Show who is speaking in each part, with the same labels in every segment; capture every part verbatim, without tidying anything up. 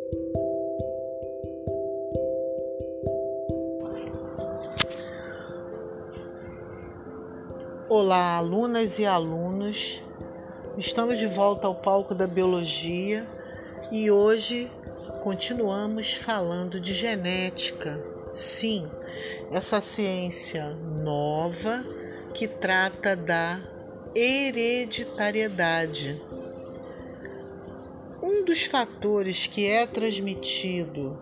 Speaker 1: Olá, alunas e alunos. Estamos de volta ao palco da biologia e hoje continuamos falando de genética. Sim, essa ciência nova que trata da hereditariedade. Um dos fatores que é transmitido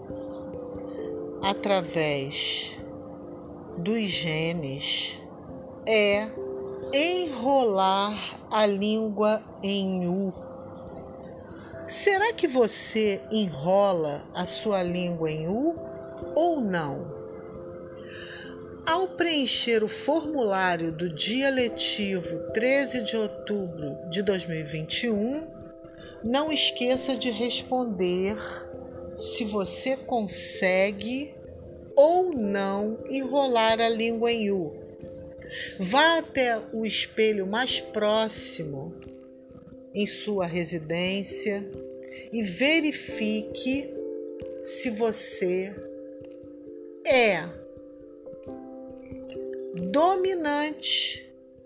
Speaker 1: através dos genes é enrolar a língua em U. Será que você enrola a sua língua em U ou não? Ao preencher o formulário do dia letivo treze de outubro de dois mil e vinte e um, não esqueça de responder se você consegue ou não enrolar a língua em U. Vá até o espelho mais próximo em sua residência e verifique se você é dominante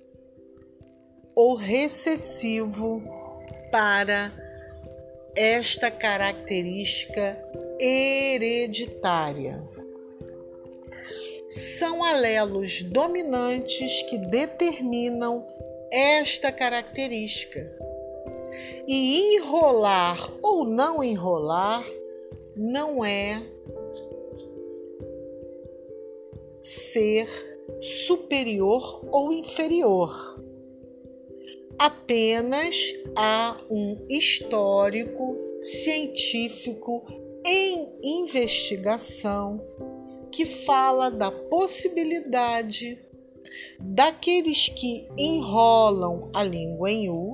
Speaker 1: ou recessivo para esta característica hereditária. São alelos dominantes que determinam esta característica. E enrolar ou não enrolar não é ser superior ou inferior. Apenas há um histórico científico em investigação que fala da possibilidade daqueles que enrolam a língua em U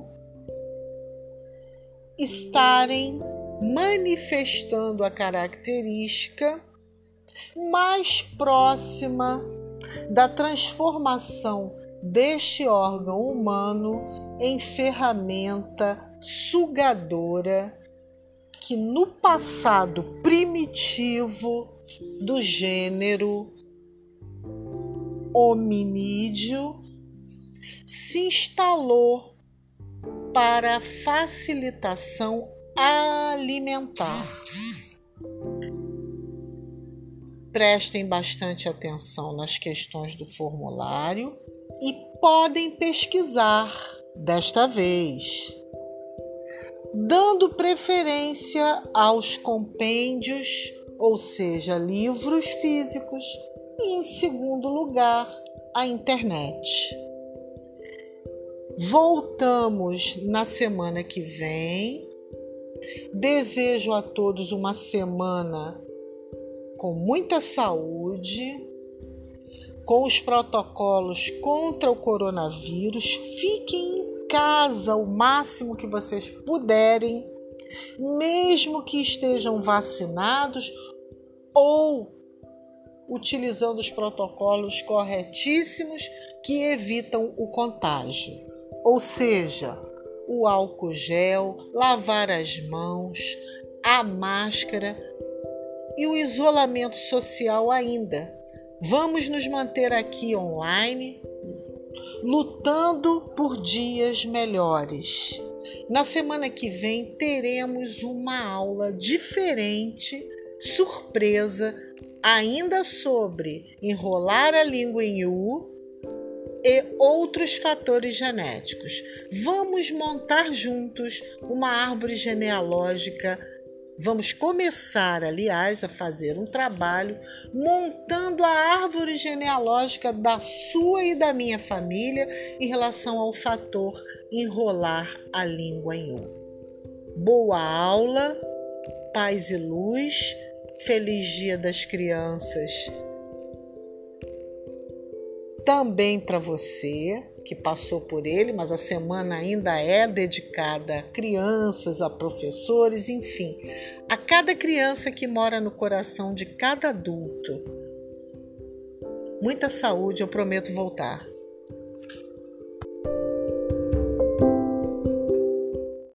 Speaker 1: estarem manifestando a característica mais próxima da transformação deste órgão humano em ferramenta sugadora que no passado primitivo do gênero hominídeo se instalou para facilitação alimentar. Prestem bastante atenção nas questões do formulário e podem pesquisar desta vez, dando preferência aos compêndios, ou seja, livros físicos, e em segundo lugar, a internet. Voltamos na semana que vem. Desejo a todos uma semana com muita saúde, com os protocolos contra o coronavírus. Fiquem em casa o máximo que vocês puderem, mesmo que estejam vacinados ou utilizando os protocolos corretíssimos que evitam o contágio. Ou seja, o álcool gel, lavar as mãos, a máscara e o isolamento social ainda. Vamos nos manter aqui online, lutando por dias melhores. Na semana que vem teremos uma aula diferente, surpresa, ainda sobre enrolar a língua em U e outros fatores genéticos. Vamos montar juntos uma árvore genealógica. Vamos começar, aliás, a fazer um trabalho montando a árvore genealógica da sua e da minha família em relação ao fator enrolar a língua em U. Boa aula, paz e luz, feliz Dia das Crianças também para você que passou por ele, mas a semana ainda é dedicada a crianças, a professores, enfim, a cada criança que mora no coração de cada adulto. Muita saúde, eu prometo voltar.